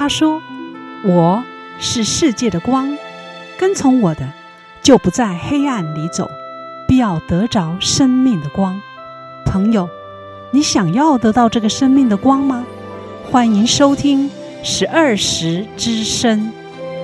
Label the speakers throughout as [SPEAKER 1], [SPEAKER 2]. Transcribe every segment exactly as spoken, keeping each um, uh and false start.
[SPEAKER 1] 他说，我是世界的光，跟从我的就不在黑暗里走，必要得着生命的光。朋友，你想要得到这个生命的光吗？欢迎收听十二时之声。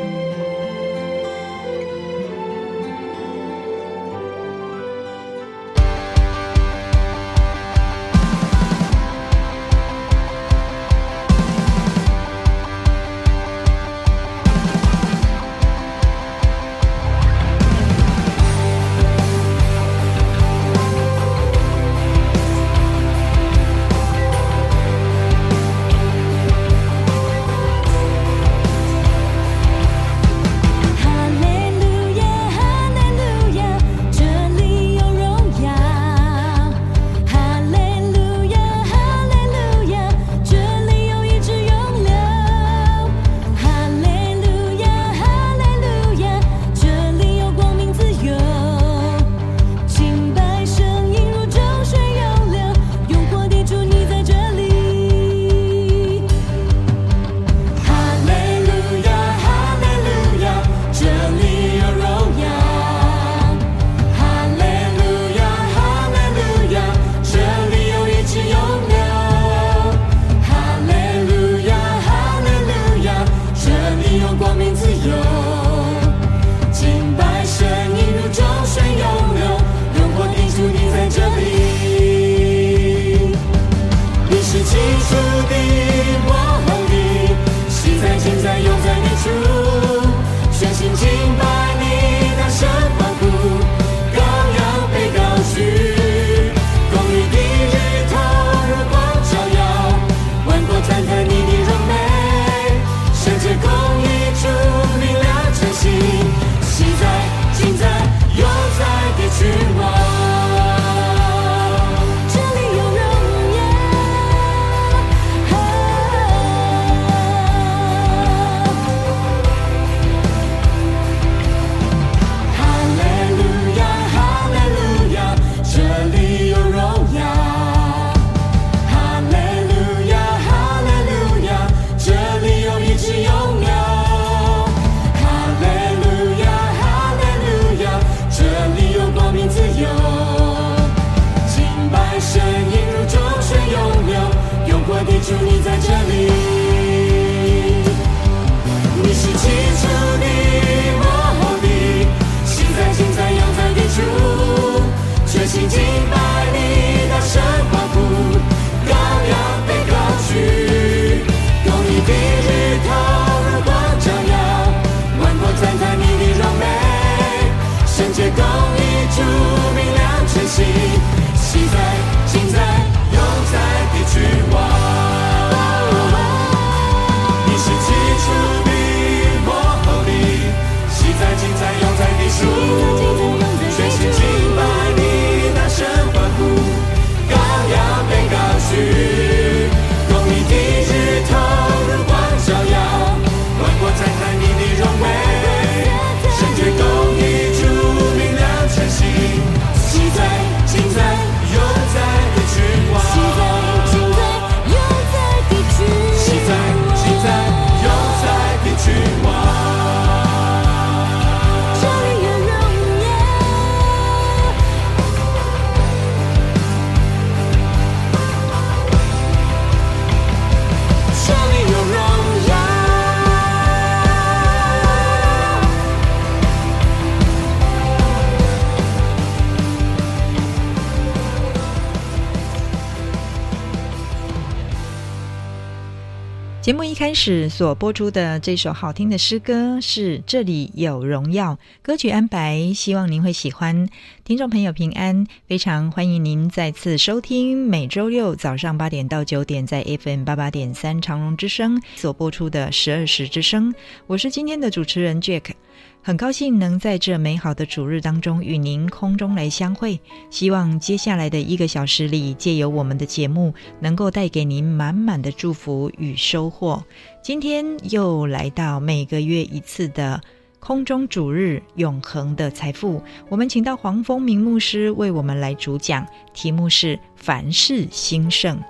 [SPEAKER 2] 节目一开始所播出的这首好听的诗歌是《这里有荣耀》，歌曲安排希望您会喜欢。听众朋友平安，非常欢迎您再次收听每周六早上八点到九点在 F M 八八点三 长荣之声所播出的十二时之声，我是今天的主持人 Jack。很高兴能在这美好的主日当中与您空中来相会，希望接下来的一个小时里，借由我们的节目能够带给您满满的祝福与收获。今天又来到每个月一次的空中主日永恒的财富，我们请到黄风明牧师为我们来主讲，题目是凡事兴盛。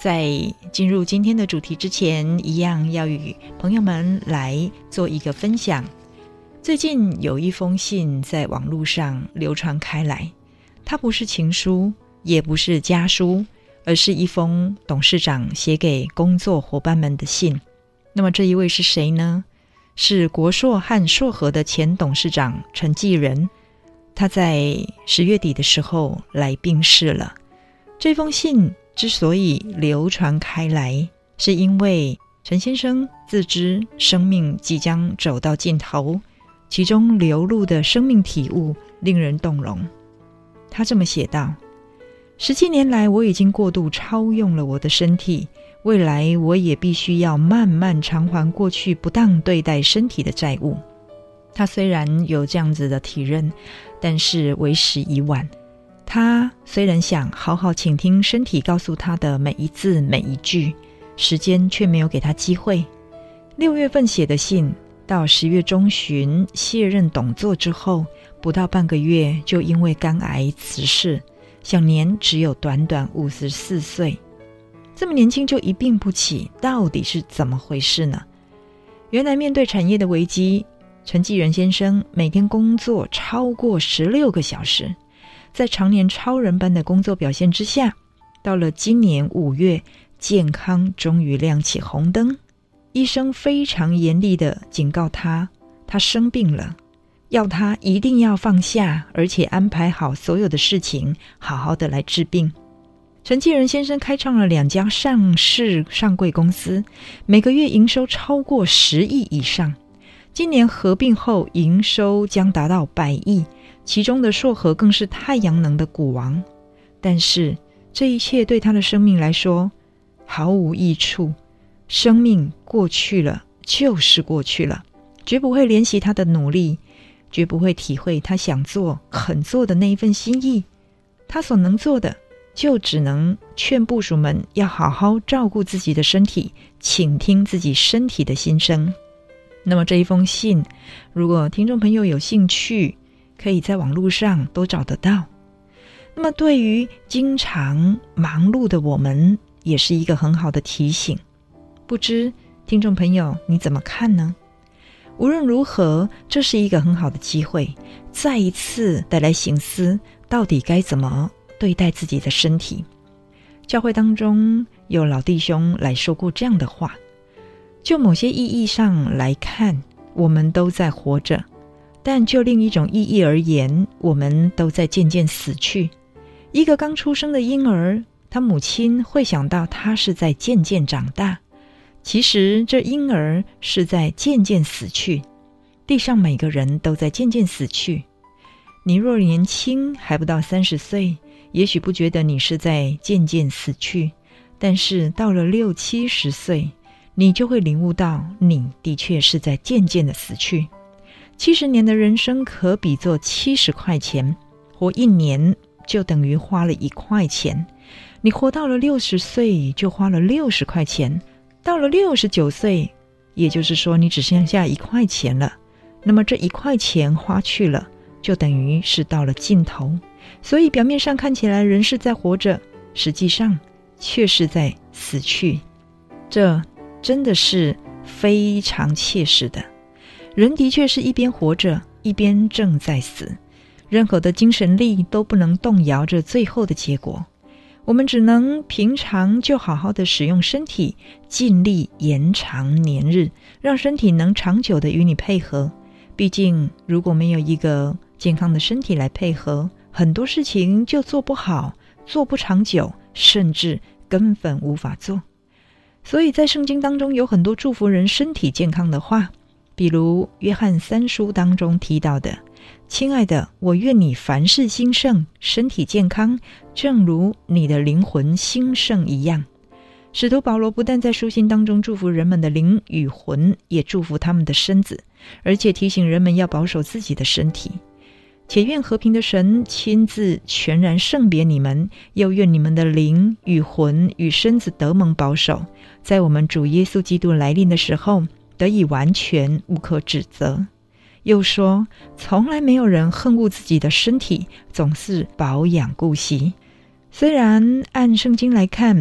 [SPEAKER 2] 在进入今天的主题之前，一样要与朋友们来做一个分享。最近有一封信在网络上流传开来，它不是情书，也不是家书，而是一封董事长写给工作伙伴们的信。那么这一位是谁呢？是国硕和硕和的前董事长陈继仁，他在十月底的时候来病逝了。这封信之所以流传开来，是因为陈先生自知生命即将走到尽头，其中流露的生命体悟令人动容。他这么写道：十七年来，我已经过度超用了我的身体，未来我也必须要慢慢偿还过去不当对待身体的债务。他虽然有这样子的体认，但是为时已晚。他虽然想好好倾听身体告诉他的每一字每一句，时间却没有给他机会。六月份写的信，到十月中旬卸任董座之后，不到半个月就因为肝癌辞世，享年只有短短五十四岁。这么年轻就一病不起，到底是怎么回事呢？原来面对产业的危机，陈继仁先生每天工作超过十六个小时，在常年超人般的工作表现之下，到了今年五月，健康终于亮起红灯。医生非常严厉地警告他，他生病了，要他一定要放下，而且安排好所有的事情，好好的来治病。陈继仁先生开创了两家上市上柜公司，每个月营收超过十亿以上。今年合并后，营收将达到百亿，其中的硕和更是太阳能的股王。但是这一切对他的生命来说毫无益处，生命过去了就是过去了，绝不会怜惜他的努力，绝不会体会他想做肯做的那一份心意。他所能做的就只能劝部属们要好好照顾自己的身体，倾听自己身体的心声。那么这一封信，如果听众朋友有兴趣，可以在网络上都找得到。那么对于经常忙碌的我们，也是一个很好的提醒。不知听众朋友你怎么看呢？无论如何，这是一个很好的机会，再一次的来省思到底该怎么对待自己的身体。教会当中有老弟兄来说过这样的话，就某些意义上来看，我们都在活着，但就另一种意义而言，我们都在渐渐死去。一个刚出生的婴儿，他母亲会想到他是在渐渐长大，其实这婴儿是在渐渐死去。地上每个人都在渐渐死去。你若年轻，还不到三十岁，也许不觉得你是在渐渐死去，但是到了六七十岁，你就会领悟到你的确是在渐渐的死去。七十年的人生可比作七十块钱，活一年就等于花了一块钱。你活到了六十岁，就花了六十块钱。到了六十九岁，也就是说你只剩下一块钱了。那么这一块钱花去了，就等于是到了尽头。所以表面上看起来人是在活着，实际上却是在死去。这真的是非常切实的。人的确是一边活着，一边正在死。任何的精神力都不能动摇这最后的结果。我们只能平常就好好的使用身体，尽力延长年日，让身体能长久的与你配合。毕竟如果没有一个健康的身体来配合，很多事情就做不好，做不长久，甚至根本无法做。所以在圣经当中有很多祝福人身体健康的话，比如约翰三书当中提到的，亲爱的，我愿你凡事兴盛，身体健康，正如你的灵魂兴盛一样。使徒保罗不但在书信当中祝福人们的灵与魂，也祝福他们的身子，而且提醒人们要保守自己的身体。且愿和平的神亲自全然圣别你们，又愿你们的灵与魂与身子得蒙保守，在我们主耶稣基督来临的时候得以完全，无可指责。又说，从来没有人恨恶自己的身体，总是保养顾惜。虽然按圣经来看，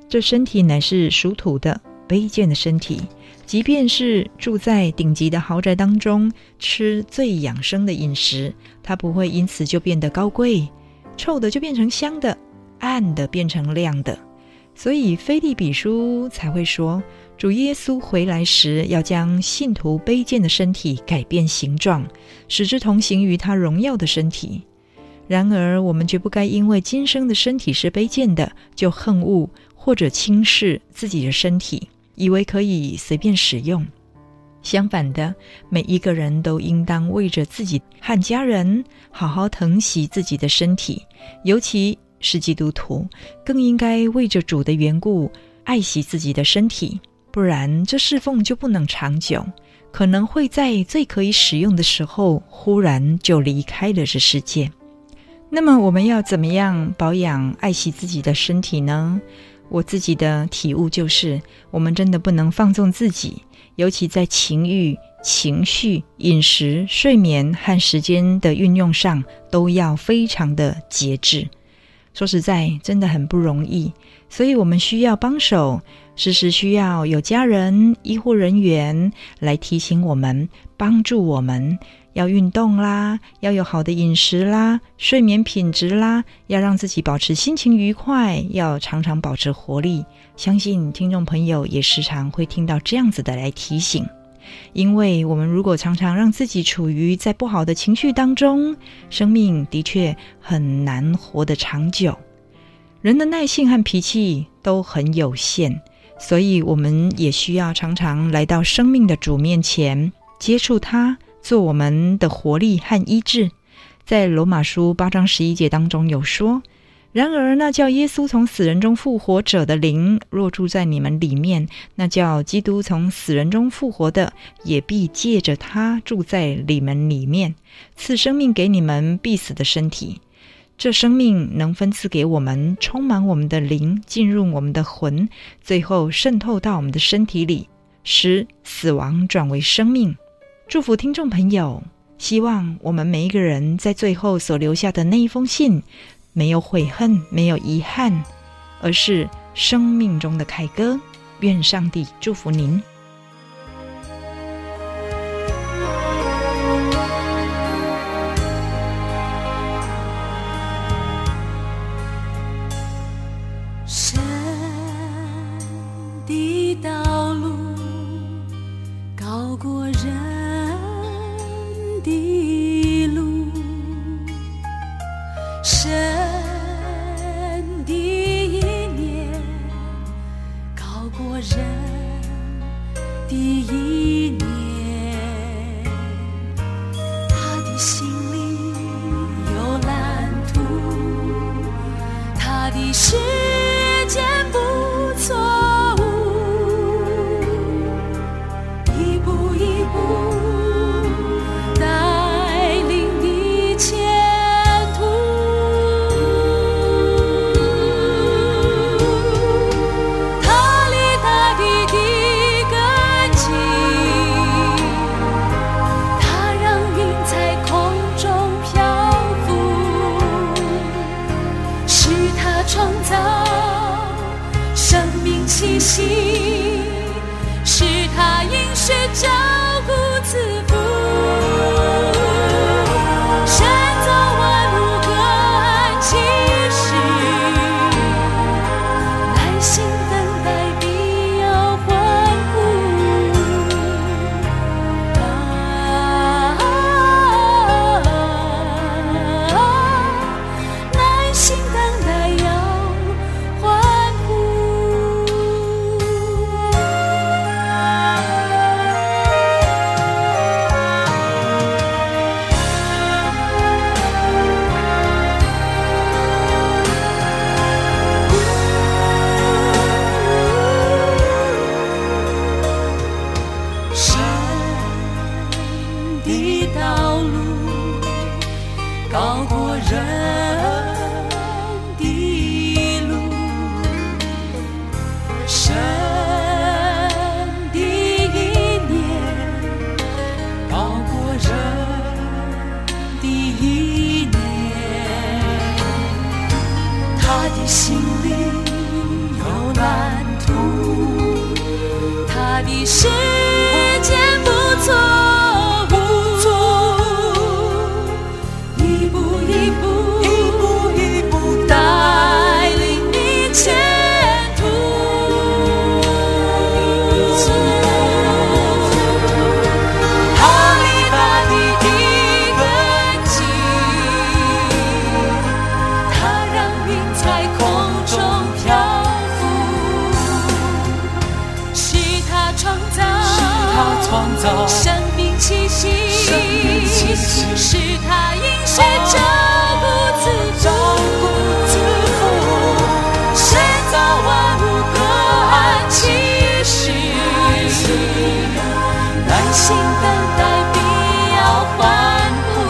[SPEAKER 2] 这身体乃是属土的卑贱的身体，即便是住在顶级的豪宅当中，吃最养生的饮食，它不会因此就变得高贵，臭的就变成香的，暗的变成亮的。所以腓立比书才会说，主耶稣回来时要将信徒卑贱的身体改变形状，使之同行于他荣耀的身体。然而我们绝不该因为今生的身体是卑贱的，就恨恶或者轻视自己的身体，以为可以随便使用。相反的，每一个人都应当为着自己和家人好好疼惜自己的身体，尤其是基督徒，更应该为着主的缘故爱惜自己的身体，不然这侍奉就不能长久，可能会在最可以使用的时候忽然就离开了这世界。那么我们要怎么样保养爱惜自己的身体呢？我自己的体悟就是，我们真的不能放纵自己，尤其在情欲、情绪、饮食、睡眠和时间的运用上都要非常的节制。说实在，真的很不容易，所以我们需要帮手，时时需要有家人、医护人员来提醒我们，帮助我们要运动啦，要有好的饮食啦，睡眠品质啦，要让自己保持心情愉快，要常常保持活力。相信听众朋友也时常会听到这样子的来提醒。因为我们如果常常让自己处于在不好的情绪当中，生命的确很难活得长久。人的耐性和脾气都很有限，所以我们也需要常常来到生命的主面前，接触他，做我们的活力和医治。在罗马书八章十一节当中有说，然而那叫耶稣从死人中复活者的灵若住在你们里面，那叫基督从死人中复活的也必借着他住在你们里面，赐生命给你们必死的身体。这生命能分赐给我们，充满我们的灵，进入我们的魂，最后渗透到我们的身体里，使死亡转为生命。祝福听众朋友，希望我们每一个人在最后所留下的那一封信没有悔恨，没有遗憾，而是生命中的凯歌。愿上帝祝福您。
[SPEAKER 3] 神的道路高过人的路，神的意念高过人的意念，他的心里有蓝图，他的时间不错误，一步一步带生命气息，是他应许照顾自负，神造万物各按其时，耐心等待必要欢呼。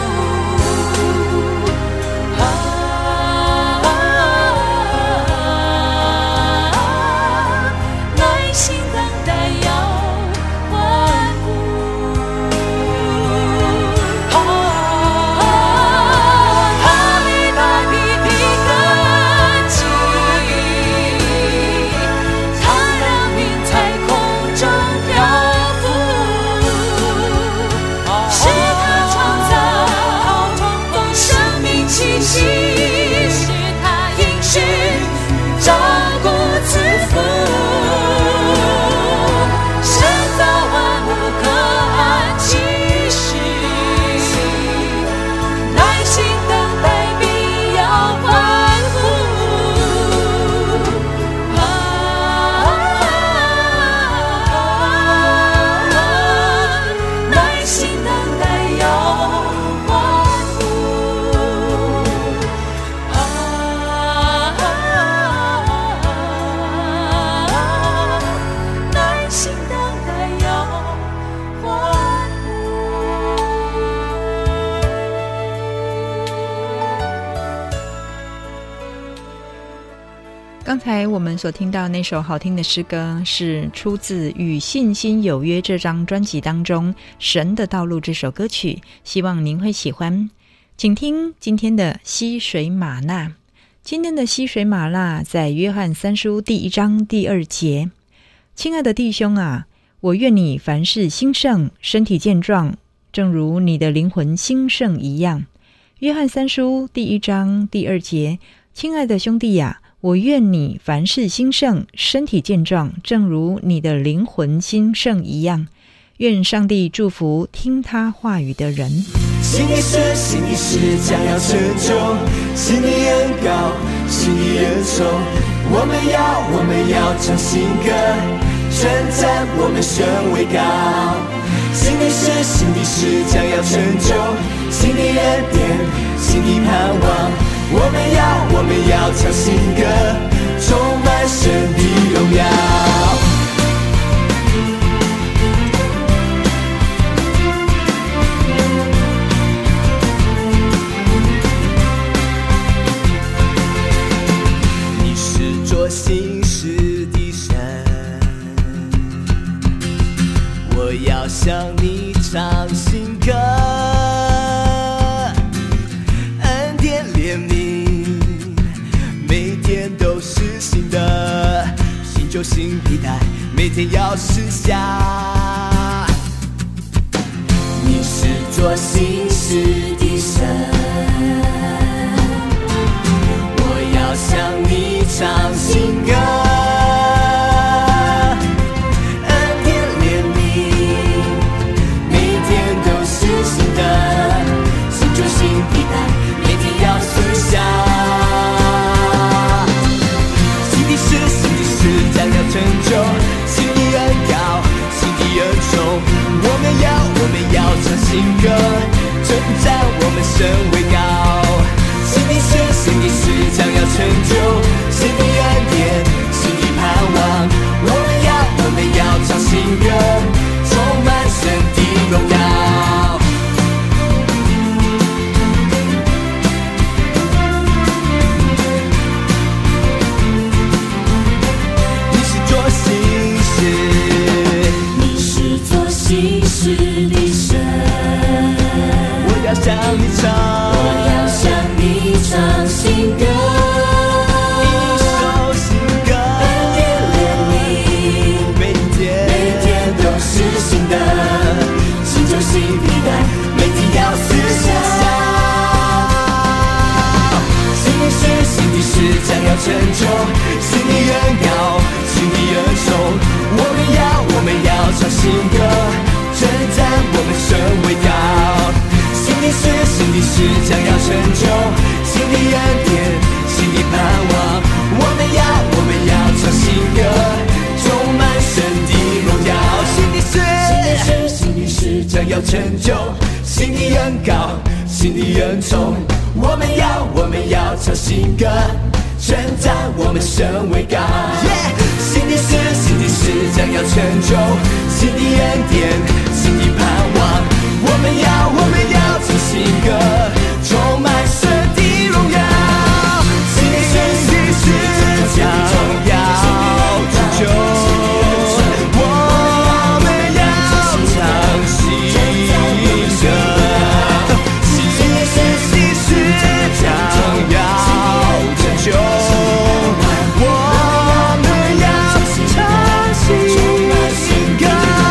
[SPEAKER 2] 刚才我们所听到那首好听的诗歌是出自《与信心有约》这张专辑当中《神的道路》这首歌曲，希望您会喜欢。请听今天的溪水玛纳。今天的溪水玛纳在约翰三书第一章第二节。亲爱的弟兄啊，我愿你凡事兴盛，身体健壮，正如你的灵魂兴盛一样。约翰三书第一章第二节。亲爱的兄弟呀、啊，我愿你凡事兴盛，身体健壮，正如你的灵魂兴盛一样。愿上帝祝福听他话语的人。
[SPEAKER 4] 心里是，心里是将要成就，心里恩高，心里恩重。我们要，我们要唱新歌，称赞我们神为高。心里是，心里是将要成就，心里恩典，心里盼望。我们要，我们要唱新歌，充满神的荣耀。你是做新事的神，我要向你唱新歌。就新皮带，每天要试下。你是做新事的神，我要向你唱新歌。恩典怜悯，每天都是新的。新就新皮带，每天要试下。将要成就，心里恩高，心里恩重。我们要，我们要唱新歌，称赞我们神为高。心里是，心里是将要成就，心里恩典，心里盼望。我们要，我们要唱新歌，充满神的荣耀。新事的神，我要向你唱，我要向你唱新歌，一首新歌，恩典怜悯，每天每天都是新的，新旧新皮带，每天要撕下。心里是，心里是将要成就，心里恩高，心里恩重。我们要，我们要唱新歌，称赞我们神为高。心里是，心里是将要成就，心里恩典，心里盼望。我们要，我们要唱新歌，充满神的荣耀。心里是，心里是，心里是将要成就，新的恩膏，新的恩宠，我们要我们要唱新歌，称赞我们神为高。Yeah! 新的事，新的事将要成就，新的恩典，新的盼望，我们要我们要唱新歌，充满神的荣耀。新的事，新的事将要成就，我们要唱新歌。新的事，新的事将要成就，我们要唱新歌。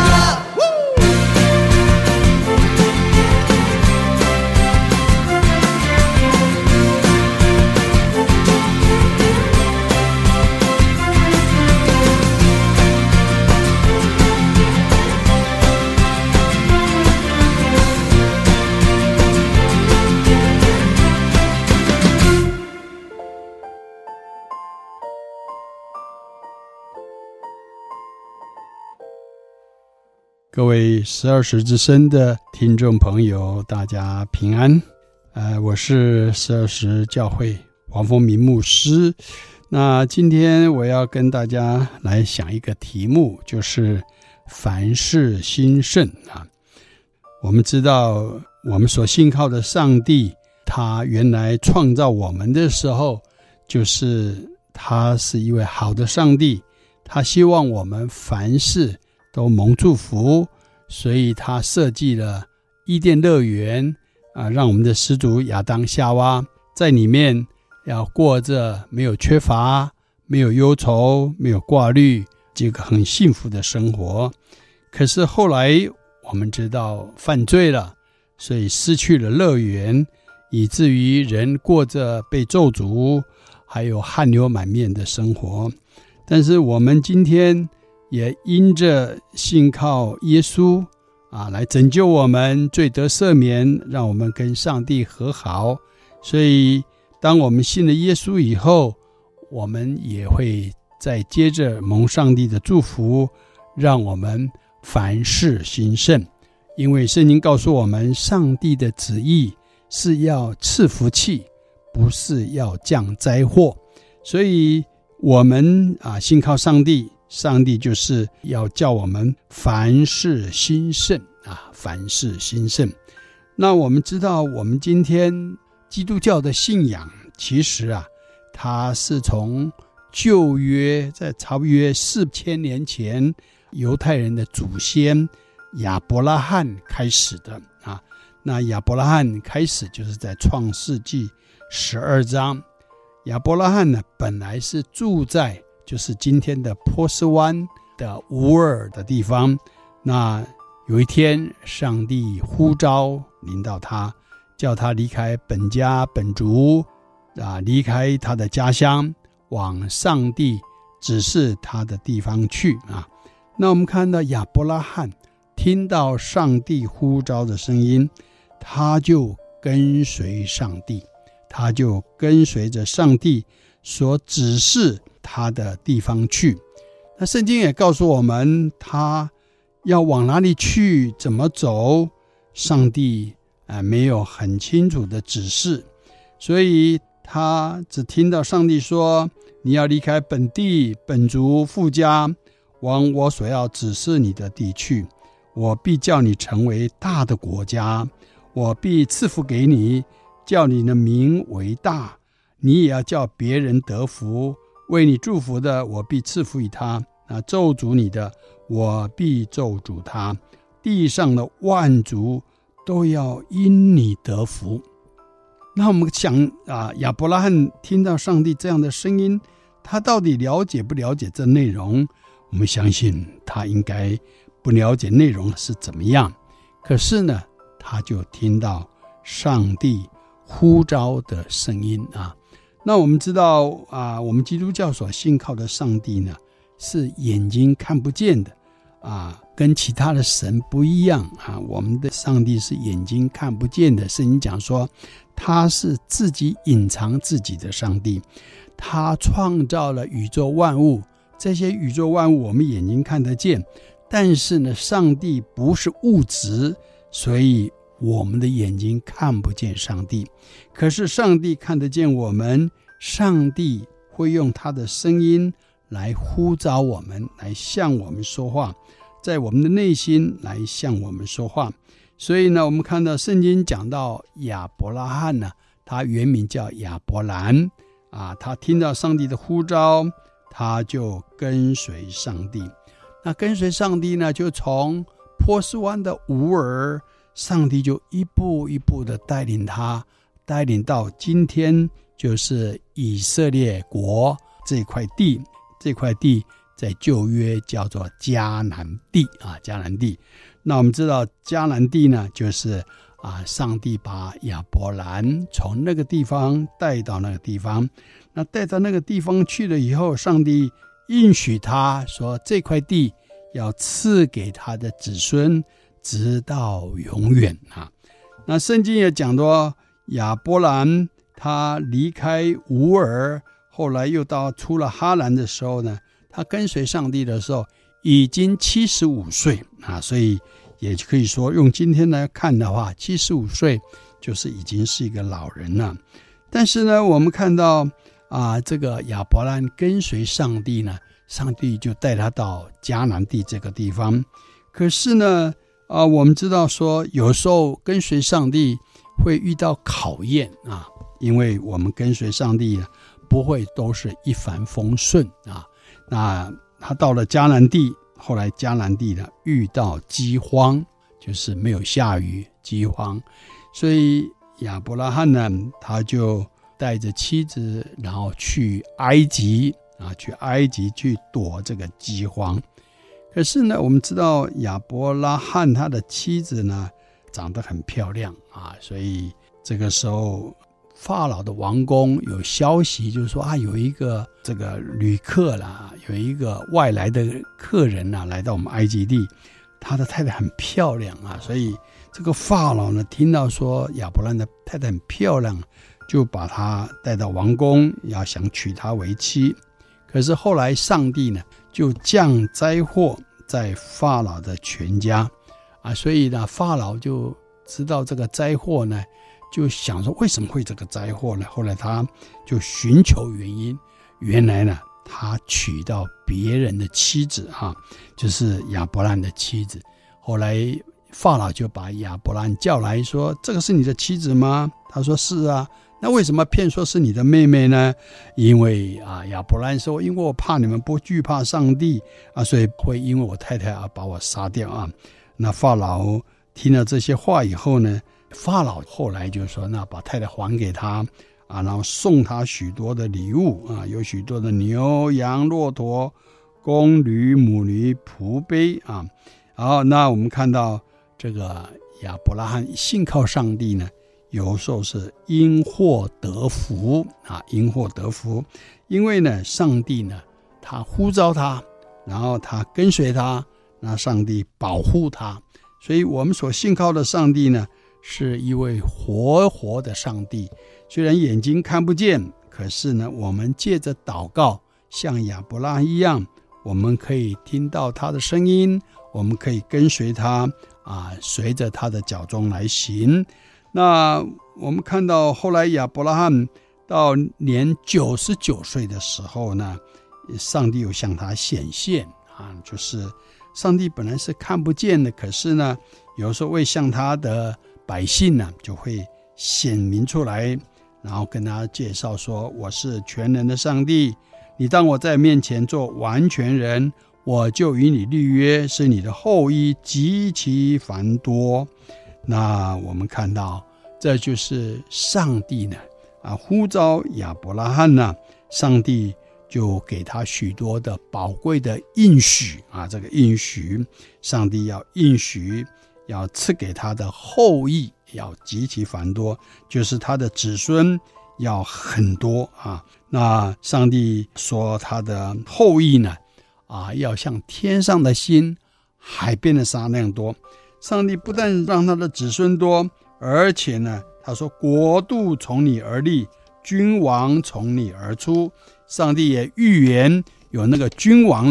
[SPEAKER 5] 各位十二时之声的听众朋友，大家平安。呃，我是十二时教会黄丰明牧师。那今天我要跟大家来想一个题目，就是凡事兴盛啊。我们知道，我们所信靠的上帝，他原来创造我们的时候，就是他是一位好的上帝，他希望我们凡事都蒙祝福，所以他设计了伊甸乐园啊，让我们的始祖亚当夏娃在里面要过着没有缺乏、没有忧愁、没有挂虑，这个很幸福的生活。可是后来我们知道犯罪了，所以失去了乐园，以至于人过着被咒诅还有汗流满面的生活。但是我们今天也因着信靠耶稣啊，来拯救我们，罪得赦免，让我们跟上帝和好。所以当我们信了耶稣以后，我们也会再接着蒙上帝的祝福，让我们凡事兴盛。因为圣经告诉我们，上帝的旨意是要赐福气，不是要降灾祸。所以我们啊，信靠上帝，上帝就是要叫我们凡事兴盛啊，凡事兴盛。那我们知道，我们今天基督教的信仰，其实啊，它是从旧约在差不多四千年前犹太人的祖先亚伯拉罕开始的啊。那亚伯拉罕开始就是在创世纪十二章。亚伯拉罕呢，本来是住在就是今天的波斯湾的乌尔的地方。那有一天，上帝呼召临到他，叫他离开本家本族啊，离开他的家乡，往上帝指示他的地方去啊。那我们看到亚伯拉罕听到上帝呼召的声音，他就跟随上帝，他就跟随着上帝所指示他的地方去。那圣经也告诉我们，他要往哪里去，怎么走，上帝、呃、没有很清楚的指示，所以他只听到上帝说，你要离开本地本族父家，往我所要指示你的地去，我必叫你成为大的国家，我必赐福给你，叫你的名为大，你也要叫别人得福，为你祝福的，我必赐福于他，那咒诅你的，我必咒诅他，地上的万族都要因你得福。那我们想啊，亚伯拉罕听到上帝这样的声音，他到底了解不了解这内容？我们相信他应该不了解内容是怎么样，可是呢，他就听到上帝呼召的声音啊。那我们知道啊，我们基督教所信靠的上帝呢，是眼睛看不见的啊，跟其他的神不一样啊。我们的上帝是眼睛看不见的，圣经讲说他是自己隐藏自己的上帝，他创造了宇宙万物，这些宇宙万物我们眼睛看得见， 但是呢，上帝不是物质，所以我们的眼睛看不见上帝，可是上帝看得见我们，上帝会用他的声音来呼召我们，来向我们说话，在我们的内心来向我们说话。所以呢，我们看到圣经讲到亚伯拉罕呢，他原名叫亚伯兰啊，他听到上帝的呼召，他就跟随上帝。那跟随上帝呢，就从波斯湾的乌尔，上帝就一步一步的带领他，带领到今天就是以色列国这块地。这块地在旧约叫做迦南地啊，迦南地。那我们知道迦南地呢，就是啊，上帝把亚伯兰从那个地方带到那个地方。那带到那个地方去了以后，上帝应许他说，这块地要赐给他的子孙，直到永远啊。那圣经也讲到亚伯兰他离开乌尔，后来又到出了哈兰的时候呢，他跟随上帝的时候已经七十五岁啊，所以也可以说用今天来看的话，七十五岁就是已经是一个老人了。但是呢，我们看到啊，这个亚伯兰跟随上帝呢，上帝就带他到迦南地这个地方。可是呢，啊，我们知道说有时候跟随上帝会遇到考验啊，因为我们跟随上帝呢，不会都是一帆风顺啊。那他到了迦南地，后来迦南地呢遇到饥荒，就是没有下雨，饥荒，所以亚伯拉罕呢，他就带着妻子，然后去埃及啊，去埃及去躲这个饥荒。可是呢，我们知道亚伯拉罕他的妻子呢长得很漂亮啊，所以这个时候法老的王宫有消息，就是说啊，有一个这个旅客啦，有一个外来的客人啊，来到我们埃及地，他的太太很漂亮啊，所以这个法老呢，听到说亚伯兰的太太很漂亮，就把他带到王宫，要想娶她为妻。可是后来上帝呢，就降灾祸在法老的全家啊，所以呢，法老就知道这个灾祸呢，就想说为什么会这个灾祸呢？后来他就寻求原因，原来呢，他娶到别人的妻子啊，就是亚伯兰的妻子。后来法老就把亚伯兰叫来说，这个是你的妻子吗？他说是啊。那为什么骗说是你的妹妹呢？因为啊，亚伯兰说，因为我怕你们不惧怕上帝啊，所以会因为我太太而把我杀掉啊。那法老听了这些话以后呢，法老后来就说，那把太太还给他啊，然后送他许多的礼物啊，有许多的牛羊骆驼公驴母驴仆婢啊。好，那我们看到这个亚伯拉罕信靠上帝呢，有时候是因祸得福啊，因祸得福，因为呢，上帝呢，他呼召他，然后他跟随他，那上帝保护他，所以我们所信靠的上帝呢，是一位活活的上帝。虽然眼睛看不见，可是呢，我们借着祷告，像亚伯拉罕一样，我们可以听到他的声音，我们可以跟随他啊，随着他的脚踪来行。那我们看到后来亚伯拉罕到年九十九岁的时候呢，上帝有向他显现啊，就是上帝本来是看不见的，可是呢，有时候会向他的百姓呢，就会显明出来，然后跟他介绍说，我是全能的上帝，你当我在面前做完全人，我就与你立约，使你的后裔极其繁多。那我们看到这就是上帝呢啊呼召亚伯拉罕呢，上帝就给他许多的宝贵的应许啊，这个应许上帝要应许要赐给他的后裔要极其繁多，就是他的子孙要很多啊。那上帝说他的后裔呢啊，要像天上的星海边的沙那样多。上帝不但让他的子孙多，而且呢，他说国度从你而立，君王从你而出。上帝也预言有那个君王呢，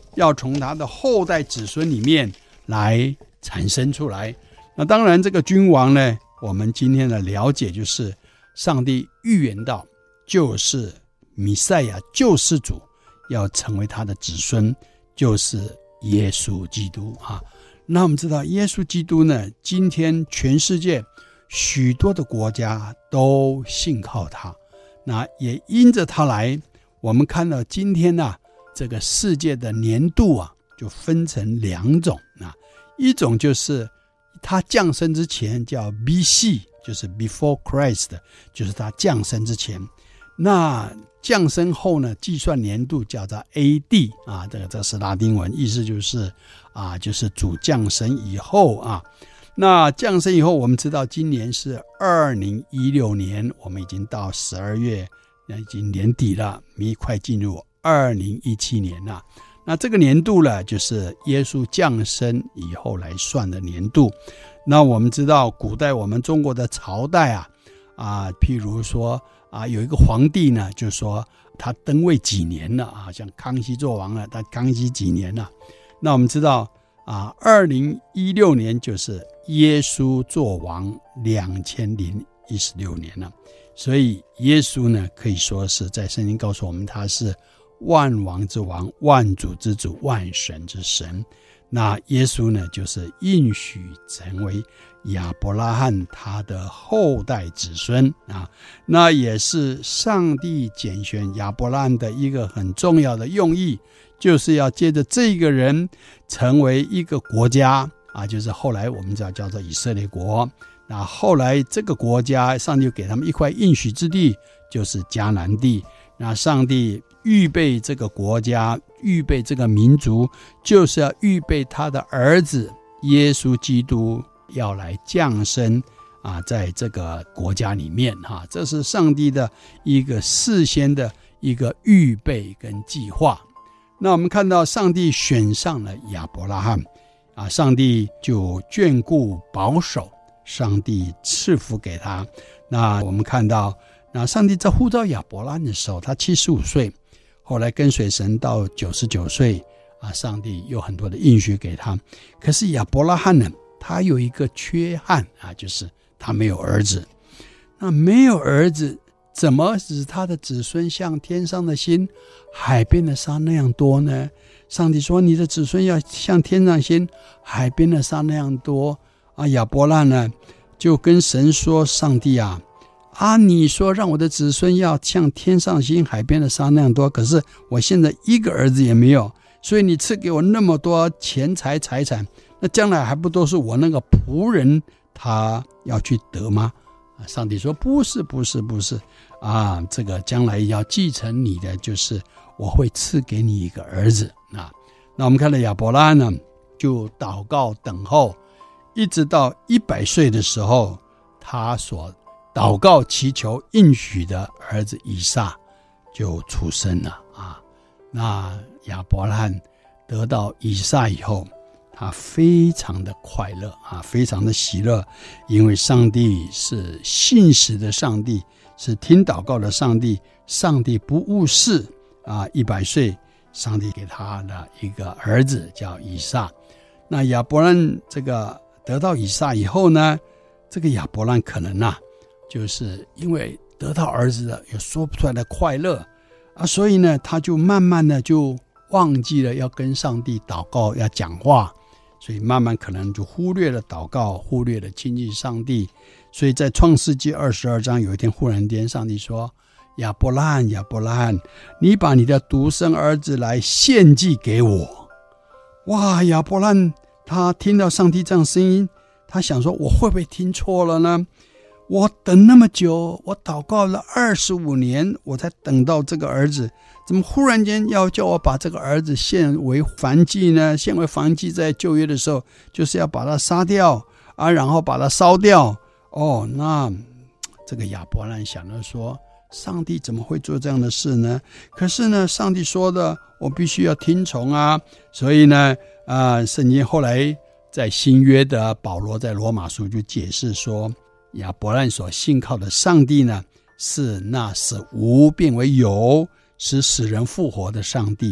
[SPEAKER 5] 要从他的后代子孙里面来产生出来。那当然这个君王呢，我们今天的了解就是上帝预言到，就是弥赛亚救世主要成为他的子孙，就是耶稣基督啊。那我们知道耶稣基督呢，今天全世界许多的国家都信靠他，那也因着他来，我们看到今天啊，这个世界的年度啊就分成两种啊，一种就是他降生之前叫 B C， 就是 Before Christ， 就是他降生之前。那降生后呢，计算年度叫做 A D 啊，这个这是拉丁文，意思就是啊，就是主降生以后啊。那降生以后，我们知道今年是二零一六年，我们已经到十二月，已经年底了，明快进入二零一七年了。那这个年度呢，就是耶稣降生以后来算的年度。那我们知道古代我们中国的朝代啊，啊，譬如说啊，有一个皇帝呢，就说他登位几年了啊，像康熙做王了，他康熙几年了。那我们知道啊，二零一六年就是耶稣做王两千零一十六年了。所以耶稣呢，可以说是在圣经告诉我们，他是万王之王，万主之主，万神之神。那耶稣呢，就是应许成为亚伯拉罕他的后代子孙啊，那也是上帝拣选亚伯拉罕的一个很重要的用意，就是要借着这个人成为一个国家啊，就是后来我们知道叫做以色列国。那后来这个国家，上帝就给他们一块应许之地，就是迦南地。那上帝预备这个国家，预备这个民族，就是要预备他的儿子耶稣基督要来降生啊，在这个国家里面哈，这是上帝的一个事先的一个预备跟计划。那我们看到上帝选上了亚伯拉罕啊，上帝就眷顾保守，上帝赐福给他。那我们看到，那上帝在呼召亚伯拉罕的时候，他七十五岁，后来跟随神到九十九岁啊，上帝有很多的应许给他。可是亚伯拉罕呢，他有一个缺憾啊，就是他没有儿子。那没有儿子，怎么使他的子孙像天上的星、海边的沙那样多呢？上帝说，你的子孙要像天上星、海边的沙那样多啊。亚伯拉罕呢，就跟神说，上帝啊，啊，你说让我的子孙要像天上星、海边的沙那样多，可是我现在一个儿子也没有，所以你赐给我那么多钱财财产，那将来还不都是我那个仆人他要去得吗？上帝说，不是不是不是啊，这个将来要继承你的，就是我会赐给你一个儿子啊。那我们看到亚伯拉罕呢，就祷告等候，一直到一百岁的时候，他所祷告祈求应许的儿子以撒就出生了啊。那亚伯拉罕得到以撒以后，他非常的快乐啊，非常的喜乐，因为上帝是信实的上帝，是听祷告的上帝，上帝不误事啊。一百岁，上帝给他的一个儿子叫以撒。那亚伯兰这个得到以撒以后呢，这个亚伯兰可能啊，就是因为得到儿子的有说不出来的快乐啊，所以呢，他就慢慢的就忘记了要跟上帝祷告，要讲话。所以慢慢可能就忽略了祷告，忽略了亲近上帝。所以在创世纪二十二章，有一天忽然间上帝说，亚伯拉罕亚伯拉罕，你把你的独生儿子来献祭给我。哇，亚伯拉罕他听到上帝这样声音，他想说，我会不会听错了呢？我等那么久，我祷告了二十五年，我才等到这个儿子，怎么忽然间要叫我把这个儿子献为燔祭呢？献为燔祭在旧约的时候，就是要把他杀掉啊，然后把他烧掉。哦，那这个亚伯兰想着说，上帝怎么会做这样的事呢？可是呢，上帝说的，我必须要听从啊。所以呢，啊，圣经后来在新约的保罗在罗马书就解释说，亚伯兰所信靠的上帝呢，是那使无变为有，使死人复活的上帝。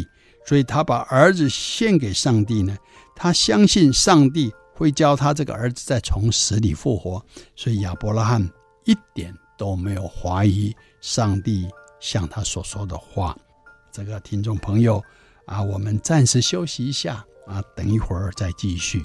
[SPEAKER 5] 所以他把儿子献给上帝呢，他相信上帝会教他这个儿子再从死里复活，所以亚伯拉罕一点都没有怀疑上帝向他所说的话。这个听众朋友啊，我们暂时休息一下啊，等一会儿再继续。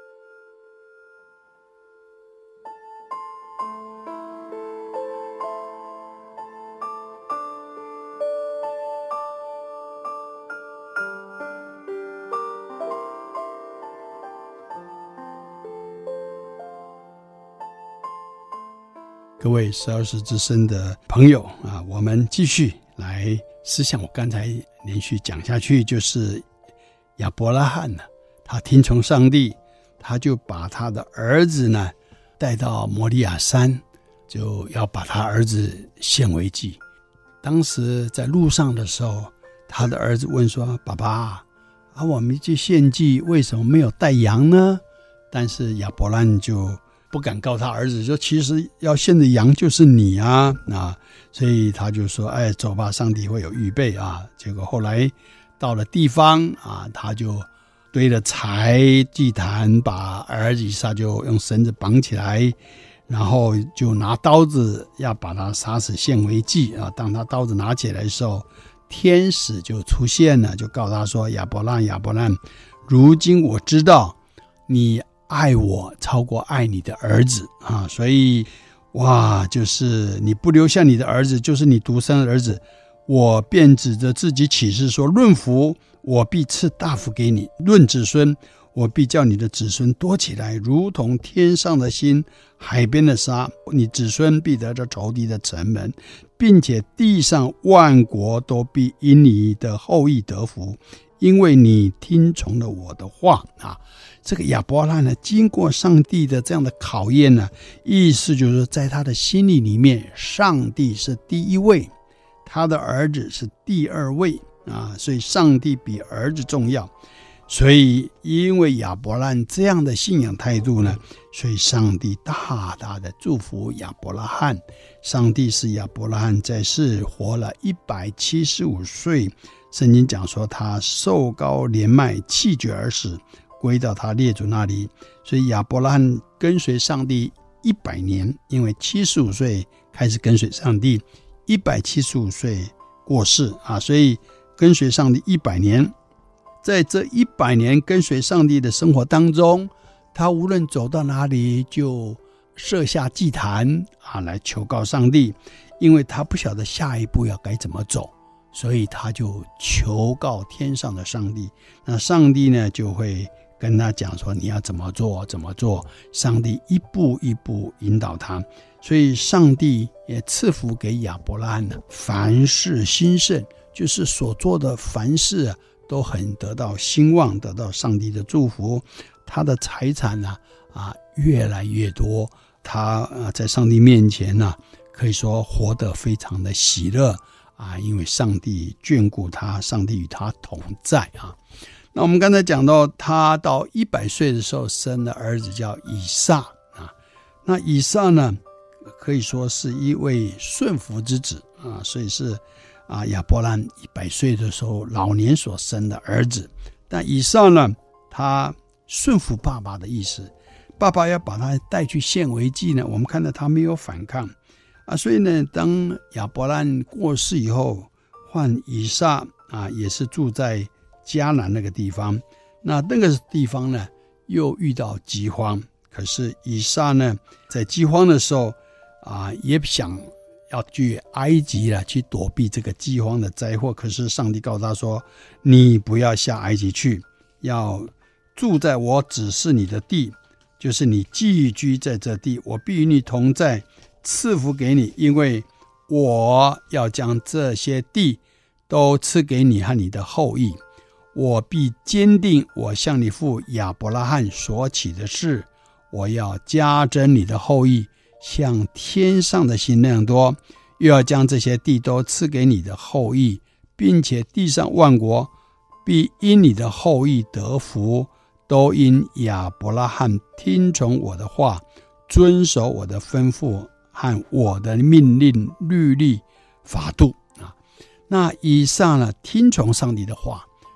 [SPEAKER 5] 各位十二时之声的朋友啊，我们继续来思想我刚才连续讲下去，就是亚伯拉罕呢，他听从上帝，他就把他的儿子呢带到摩利亚山，就要把他儿子献为祭。当时在路上的时候，他的儿子问说：爸爸啊，我们去献祭为什么没有带羊呢？但是亚伯拉罕就不敢告他儿子，说其实要献的羊就是你啊啊，所以他就说：哎，走吧，上帝会有预备啊。结果后来到了地方啊，他就堆了柴祭坛，把儿子以撒就用绳子绑起来，然后就拿刀子要把他杀死献为祭啊。当他刀子拿起来的时候，天使就出现了，就告诉他说：亚伯拉罕，亚伯拉罕，如今我知道你爱我超过爱你的儿子啊，所以哇，就是你不留下你的儿子，就是你独生的儿子，我便指着自己起誓说：论福，我必赐大福给你；论子孙，我必叫你的子孙多起来，如同天上的星，海边的沙。你子孙必得着仇敌的城门，并且地上万国都必因你的后裔得福，因为你听从了我的话啊。这个亚伯拉罕呢，经过上帝的这样的考验呢，意思就是说，在他的心里里面，上帝是第一位，他的儿子是第二位啊，所以上帝比儿子重要。所以因为亚伯拉罕这样的信仰态度呢，所以上帝大大的祝福亚伯拉罕。上帝使亚伯拉罕在世活了一百七十五岁，圣经讲说他寿高年迈，气绝而死，归到他列祖那里。所以亚伯拉罕跟随上帝一百年，因为七十五岁开始跟随上帝，一百七十五岁过世啊，所以跟随上帝一百年。在这一百年跟随上帝的生活当中，他无论走到哪里就设下祭坛啊，来求告上帝，因为他不晓得下一步要该怎么走，所以他就求告天上的上帝。那上帝呢，就会跟他讲说你要怎么做怎么做，上帝一步一步引导他。所以上帝也赐福给亚伯拉罕，凡事兴盛，就是所做的凡事啊都很得到兴旺，得到上帝的祝福。他的财产啊啊越来越多，他啊在上帝面前呢、啊，可以说活得非常的喜乐啊，因为上帝眷顾他，上帝与他同在啊。那我们刚才讲到，他到一百岁的时候生了儿子叫以撒啊。那以撒呢，可以说是一位顺服之子啊，所以是啊，亚伯拉罕一百岁的时候老年所生的儿子。但以撒呢，他顺服爸爸的意思，爸爸要把他带去献为祭呢，我们看到他没有反抗啊，所以呢，当亚伯拉罕过世以后，换以撒啊，也是住在迦南那个地方。那那个地方呢，又遇到饥荒，可是以撒呢，在饥荒的时候啊，也想要去埃及了，去躲避这个饥荒的灾祸。可是上帝告诉他说，你不要下埃及去，要住在我指示你的地，就是你寄居在这地，我必与你同在，赐福给你，因为我要将这些地都赐给你和你的后裔。我必坚定我向你父亚伯拉罕所起的事，我要加增你的后裔像天上的星那样多，又要将这些地都赐给你的后裔，并且地上万国必因你的后裔得福，都因亚伯拉罕听从我的话，遵守我的吩咐和我的命令律例法度啊。那以撒呢，听从上帝的话，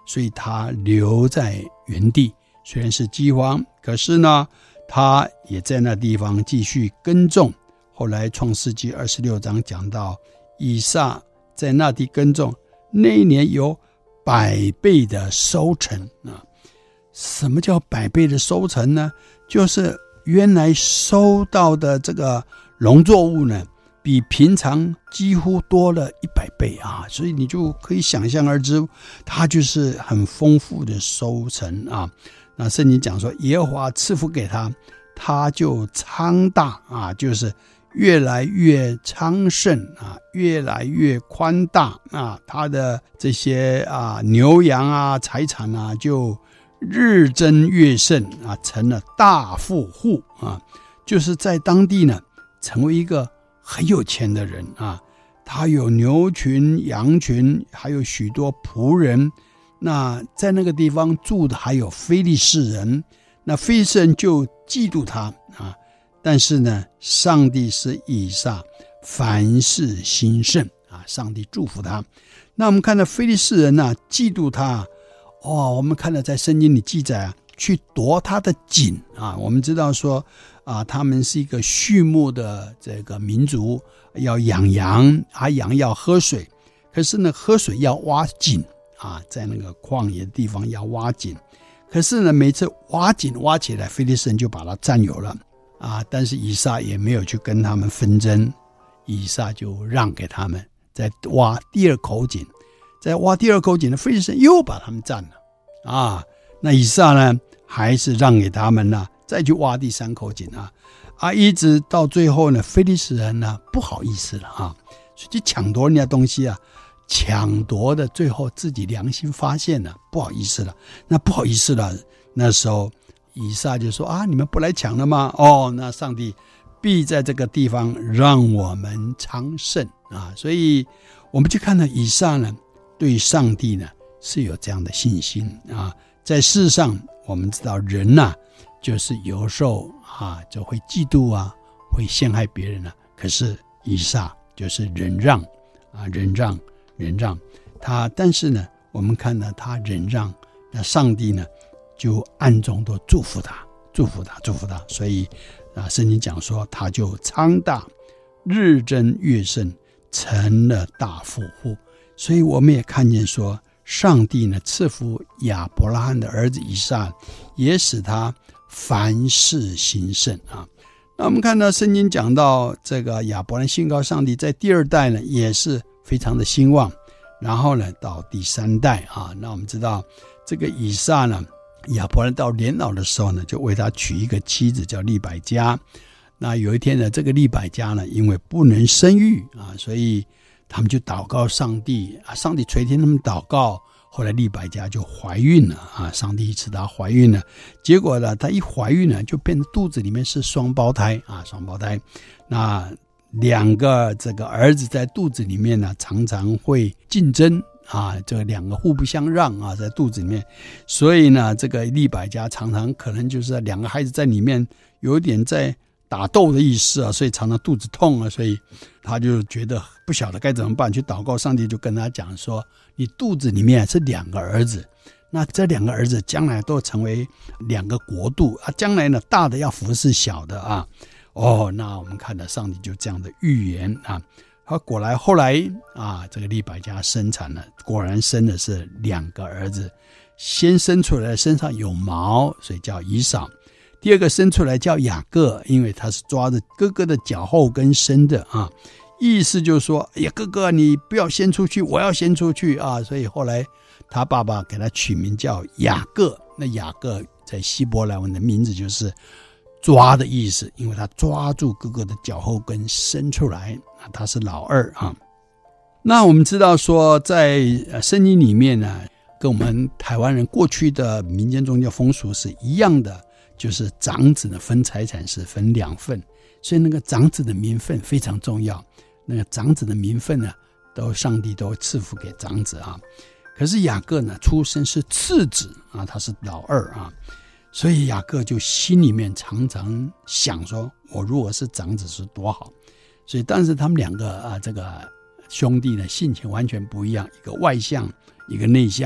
[SPEAKER 5] 所以他留在原地，虽然是饥荒，可是呢他也在那地方继续耕种。后来创世纪二十六章讲到以撒在那地耕种，那一年有百倍的收成啊。什么叫百倍的收成呢？就是原来收到的这个农作物呢比平常几乎多了一百倍啊，所以你就可以想象而知，它就是很丰富的收成啊。那圣经讲说耶和华赐福给他，他就昌大啊，就是越来越昌盛啊，越来越宽大啊，他的这些啊牛羊啊财产啊就日增月盛啊，成了大富户啊，就是在当地呢成为一个很有钱的人啊，他有牛群羊群，还有许多仆人。那在那个地方住的还有非利士人，那非利士人就嫉妒他啊。但是呢，上帝使以撒凡事兴盛啊，上帝祝福他。那我们看到非利士人啊嫉妒他哦，我们看到在圣经里记载啊，去夺他的井啊。我们知道说啊，他们是一个畜牧的这个民族，要养羊，啊羊要喝水，可是呢喝水要挖井啊，在那个旷野的地方要挖井，可是呢每次挖井挖起来，非利士人就把它占有了啊。但是以撒也没有去跟他们纷争，以撒就让给他们，再挖第二口井，在挖第二口井的非利士人又把他们占了啊。那以撒呢还是让给他们了，再去挖第三口井啊啊，一直到最后呢，非利士人呢不好意思了啊，所以就抢夺人家东西啊，抢夺的最后自己良心发现了，不好意思了，那不好意思了，那时候以撒就说啊，你们不来抢了吗？哦，那上帝必在这个地方让我们昌盛啊，所以我们就看到以撒呢，对上帝呢是有这样的信心啊。在世上我们知道人啊就是有时候啊就会嫉妒啊，会陷害别人啊，可是以撒就是忍让啊，忍让忍让他，但是呢我们看到他忍让，那上帝呢就暗中都祝福他祝福他祝福他，所以啊圣经讲说他就昌大，日增月盛，成了大富户。所以我们也看见说上帝呢赐福亚伯拉罕的儿子以撒，也使他凡事兴盛啊。那我们看到圣经讲到这个亚伯拉罕信靠上帝，在第二代呢也是非常的兴旺，然后呢到第三代啊，那我们知道这个以撒呢，亚伯拉罕到年老的时候呢，就为他娶一个妻子叫利百加。那有一天呢，这个利百加呢因为不能生育啊，所以他们就祷告上帝啊，上帝垂听他们祷告，后来利百加就怀孕了啊，上帝赐她怀孕了，结果呢，她一怀孕呢，就变成肚子里面是双胞胎啊，双胞胎。那两个这个儿子在肚子里面呢，常常会竞争啊，这两个互不相让啊，在肚子里面，所以呢，这个利百加常常可能就是两个孩子在里面有点在打斗的意思啊，所以常常肚子痛啊，所以他就觉得不晓得该怎么办，去祷告，上帝就跟他讲说，你肚子里面是两个儿子，那这两个儿子将来都成为两个国度啊，将来呢大的要服侍小的啊。哦，那我们看到上帝就这样的预言啊，他果然后来啊，这个利百加生产了，果然生的是两个儿子，先生出来身上有毛，所以叫以扫。第二个生出来叫雅各，因为他是抓着哥哥的脚后跟生的啊，意思就是说，哎呀，哥哥你不要先出去，我要先出去啊，所以后来他爸爸给他取名叫雅各。那雅各在希伯来文的名字就是抓的意思，因为他抓住哥哥的脚后跟生出来，他是老二啊。那我们知道说，在圣经里面呢，跟我们台湾人过去的民间宗教风俗是一样的，就是长子呢分财产是分两份，所以那个长子的名分非常重要，那个长子的名分呢，都上帝都赐福给长子啊。可是雅各呢，出生是次子啊，他是老二啊，所以雅各就心里面常常想说，我如果是长子是多好。所以但是他们两个啊，这个兄弟呢性情完全不一样，一个外向，一个内向，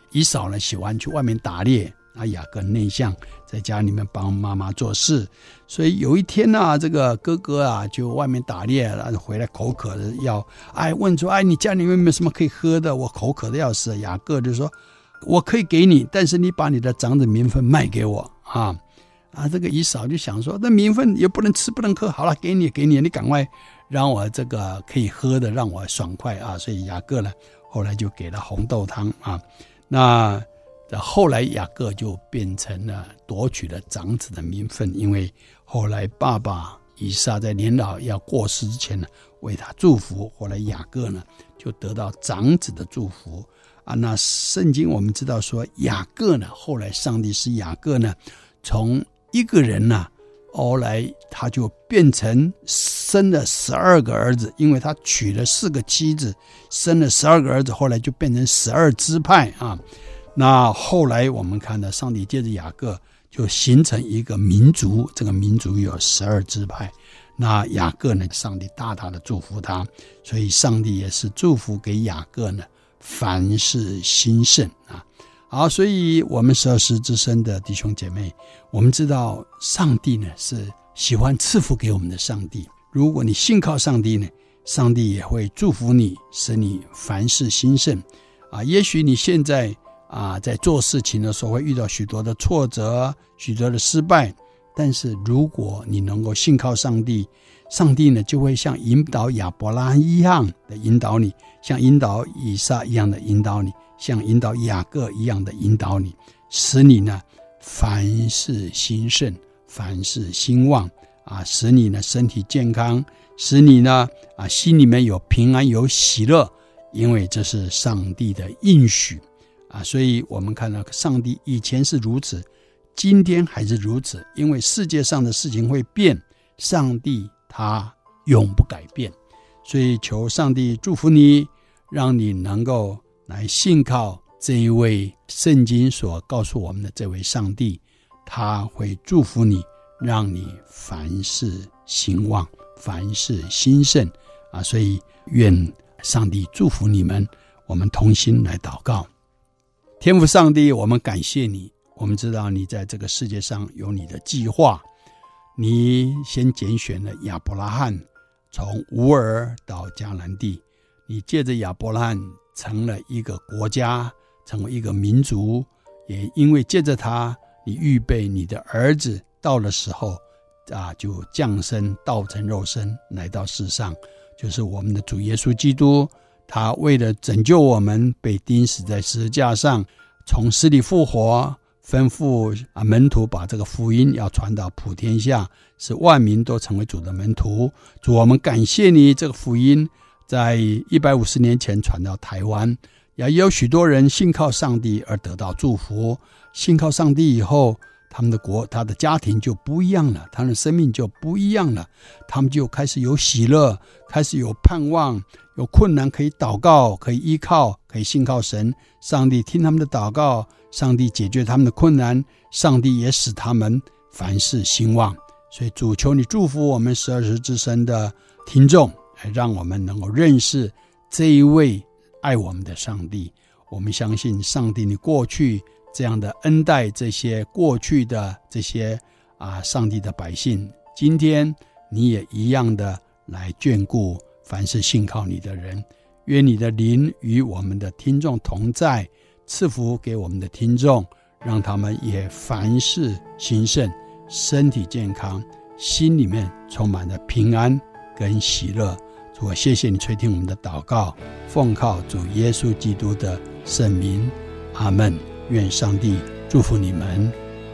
[SPEAKER 5] 以扫呢喜欢去外面打猎，啊，雅各内向，在家里面帮妈妈做事。所以有一天呢、啊，这个哥哥啊就外面打猎了，回来口渴的要，哎，问说，哎，你家里面有没有什么可以喝的？我口渴的要死。雅各就说，我可以给你，但是你把你的长子名分卖给我啊。啊，这个以扫就想说，那名分也不能吃不能喝，好了，给你给你，你赶快让我这个可以喝的，让我爽快啊。所以雅各呢，后来就给了红豆汤啊。那后来雅各就变成了夺取了长子的名分，因为后来爸爸以撒在年老要过世之前呢，为他祝福，后来雅各呢就得到长子的祝福啊。那圣经我们知道说，雅各呢，后来上帝使雅各呢，从一个人呢、啊，后来他就变成生了十二个儿子，因为他娶了四个妻子，生了十二个儿子，后来就变成十二支派啊。那后来我们看到上帝借着雅各就形成一个民族，这个民族有十二支派。那雅各呢，上帝大大的祝福他，所以上帝也是祝福给雅各呢，凡事兴盛啊。好，所以我们十二时之声的弟兄姐妹，我们知道上帝呢是喜欢赐福给我们的上帝。如果你信靠上帝呢，上帝也会祝福你，使你凡事兴盛啊。也许你现在啊在做事情的时候会遇到许多的挫折，许多的失败，但是如果你能够信靠上帝，上帝呢就会像引导亚伯拉罕一样的引导你，像引导以撒一样的引导你，像引导雅各一样的引导你，使你呢凡事兴盛，凡事兴旺啊，使你呢身体健康，使你呢啊心里面有平安有喜乐，因为这是上帝的应许啊。所以我们看到上帝以前是如此，今天还是如此，因为世界上的事情会变，上帝他永不改变。所以求上帝祝福你，让你能够来信靠这一位圣经所告诉我们的这位上帝，他会祝福你，让你凡事兴旺，凡事兴盛啊！所以愿上帝祝福你们，我们同心来祷告。天父上帝，我们感谢你，我们知道你在这个世界上有你的计划，你先拣选了亚伯拉罕，从乌尔到迦南地，你借着亚伯拉罕成了一个国家，成为一个民族，也因为借着他，你预备你的儿子到的时候啊，就降生道成肉身来到世上，就是我们的主耶稣基督。他为了拯救我们，被钉死在十字架上，从死里复活，吩咐啊门徒把这个福音要传到普天下，使万民都成为主的门徒。主，我们感谢你，这个福音在一百五十年前传到台湾，也有许多人信靠上帝而得到祝福。信靠上帝以后，他们的国他的家庭就不一样了，他们的生命就不一样了，他们就开始有喜乐，开始有盼望，有困难可以祷告，可以依靠，可以信靠神。上帝听他们的祷告，上帝解决他们的困难，上帝也使他们凡事兴旺。所以主，求你祝福我们十二时之声的听众，让我们能够认识这一位爱我们的上帝。我们相信上帝你过去这样的恩待这些过去的这些啊上帝的百姓，今天你也一样的来眷顾凡是信靠你的人。愿你的灵与我们的听众同在，赐福给我们的听众，让他们也凡事兴盛，身体健康，心里面充满了平安跟喜乐。主，我谢谢你垂听我们的祷告，奉靠主耶稣基督的圣名，阿们。愿上帝祝福你们。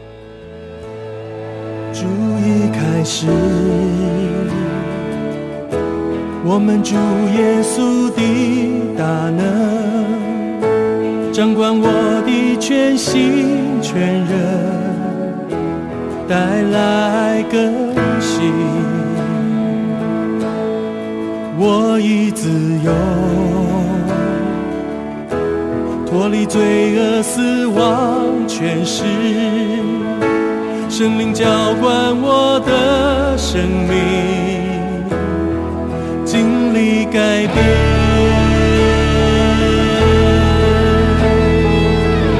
[SPEAKER 4] 主一开始，我们主耶稣的大能，掌管我的全心全人，带来更新。我已自由，脱离罪恶死亡权势，圣灵浇灌我的生命，经历改变。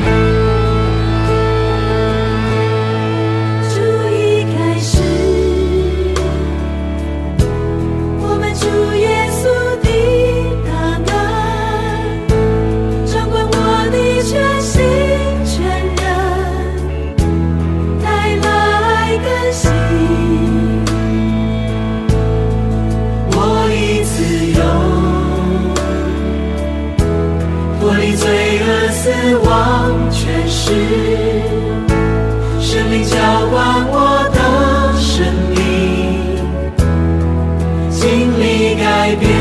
[SPEAKER 4] 改变，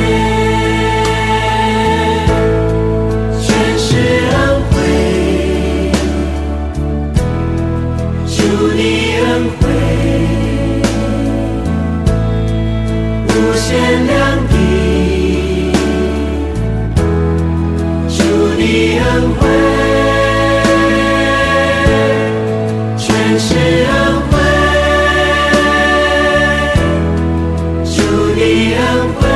[SPEAKER 4] 全是恩惠，主你恩惠无限量的，主你恩惠全是恩惠，主你恩惠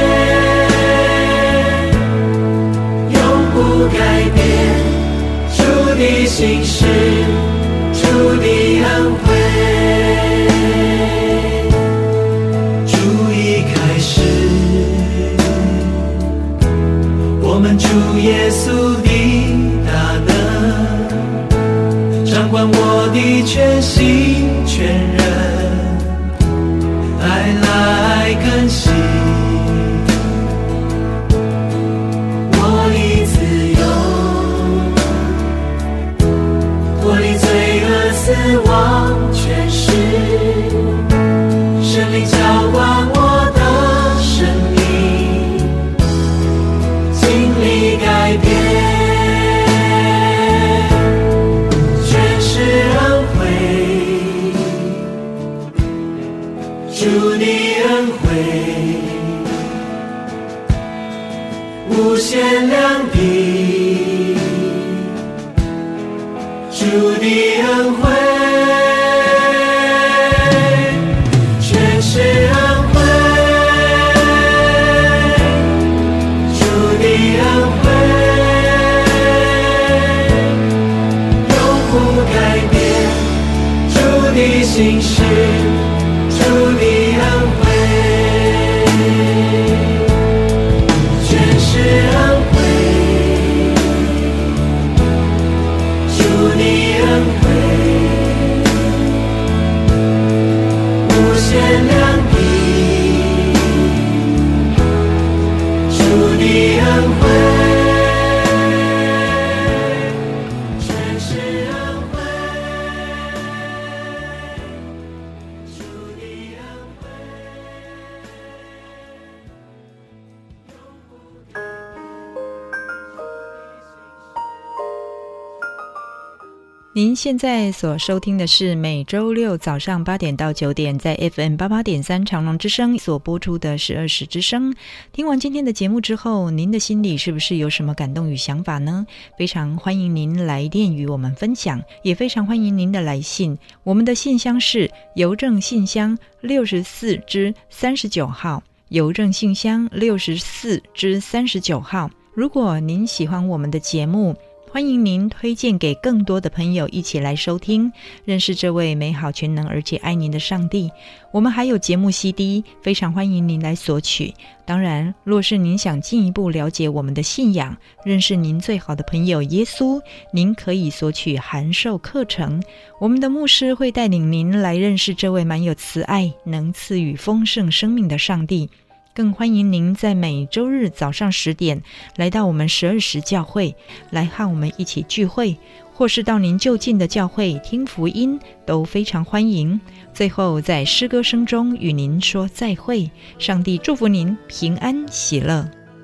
[SPEAKER 4] 永不改变，主的心事，主的恩惠，主一开始，我们主耶稣的大能掌管我的全心全人，爱来更新我的自由，脱离罪恶死亡权势，圣灵浇灌我的生命，经历改变，全是恩惠，主你恩惠无限量的，主的恩惠全是恩惠，主的恩惠永不改变，主的心事，主的恩惠全是恩惠，主的恩惠无限量的，主的恩惠全是恩惠，主的恩惠
[SPEAKER 2] 您现在所收听的是每周六早上八点到九点在 F M 八八点三长隆之声所播出的十二时之声。听完今天的节目之后，您的心里是不是有什么感动与想法呢？非常欢迎您来电与我们分享，也非常欢迎您的来信。我们的信箱是邮政信箱六十四之三十九号，邮政信箱六十四之三十九号。如果您喜欢我们的节目，欢迎您推荐给更多的朋友一起来收听，认识这位美好全能而且爱您的上帝。我们还有节目 C D， 非常欢迎您来索取。当然，若是您想进一步了解我们的信仰，认识您最好的朋友耶稣，您可以索取函授课程。我们的牧师会带领您来认识这位满有慈爱、能赐予丰盛生命的上帝。更欢迎您在每周日早上十点来到我们十二时教会，来和我们一起聚会，或是到您就近的教会听福音，都非常欢迎。最后在诗歌声中与您说再会，上帝祝福您平安喜乐。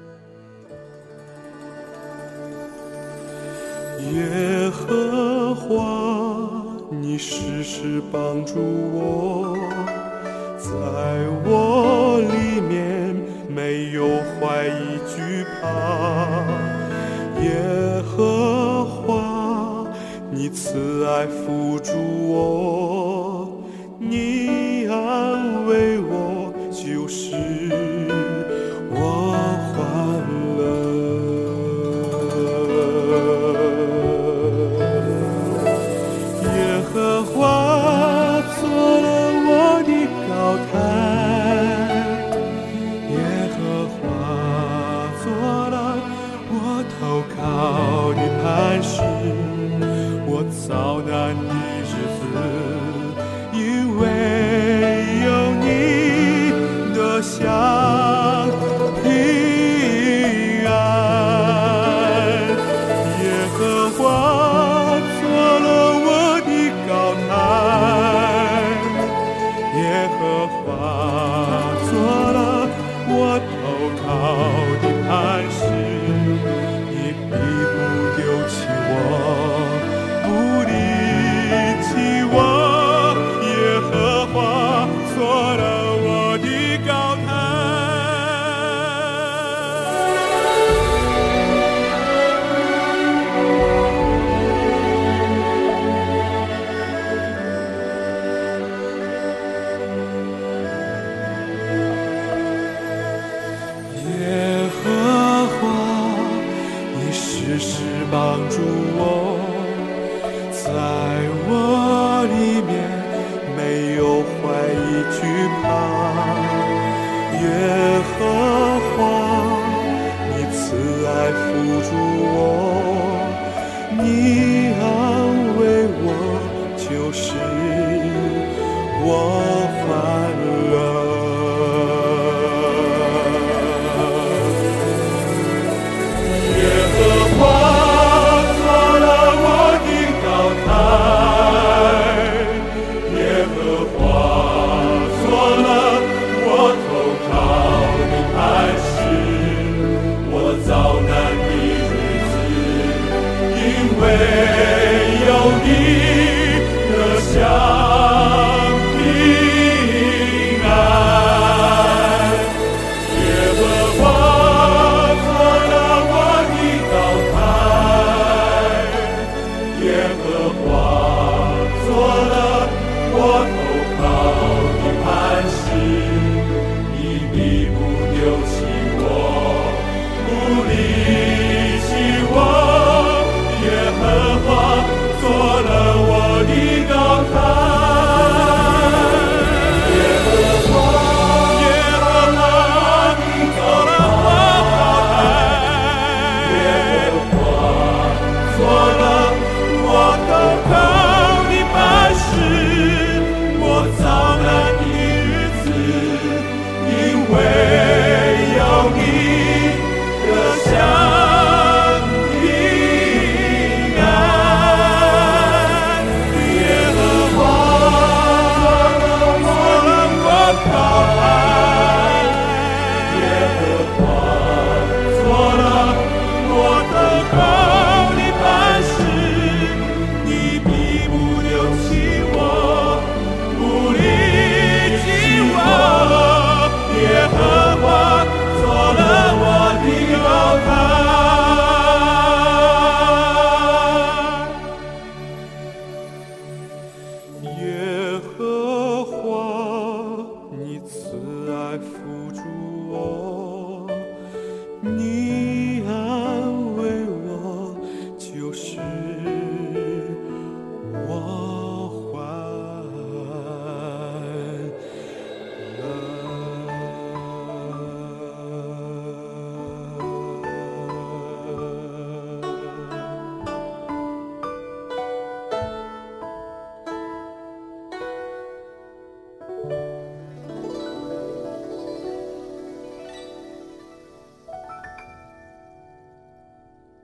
[SPEAKER 6] 耶和华，你时时帮助我，在我里面没有怀疑惧怕。耶和华，你慈爱扶助我，你安慰我，就是我欢乐。耶和华做了我的高台，耶和华做了我投靠的磐石，我遭难的日子，因为有你的好。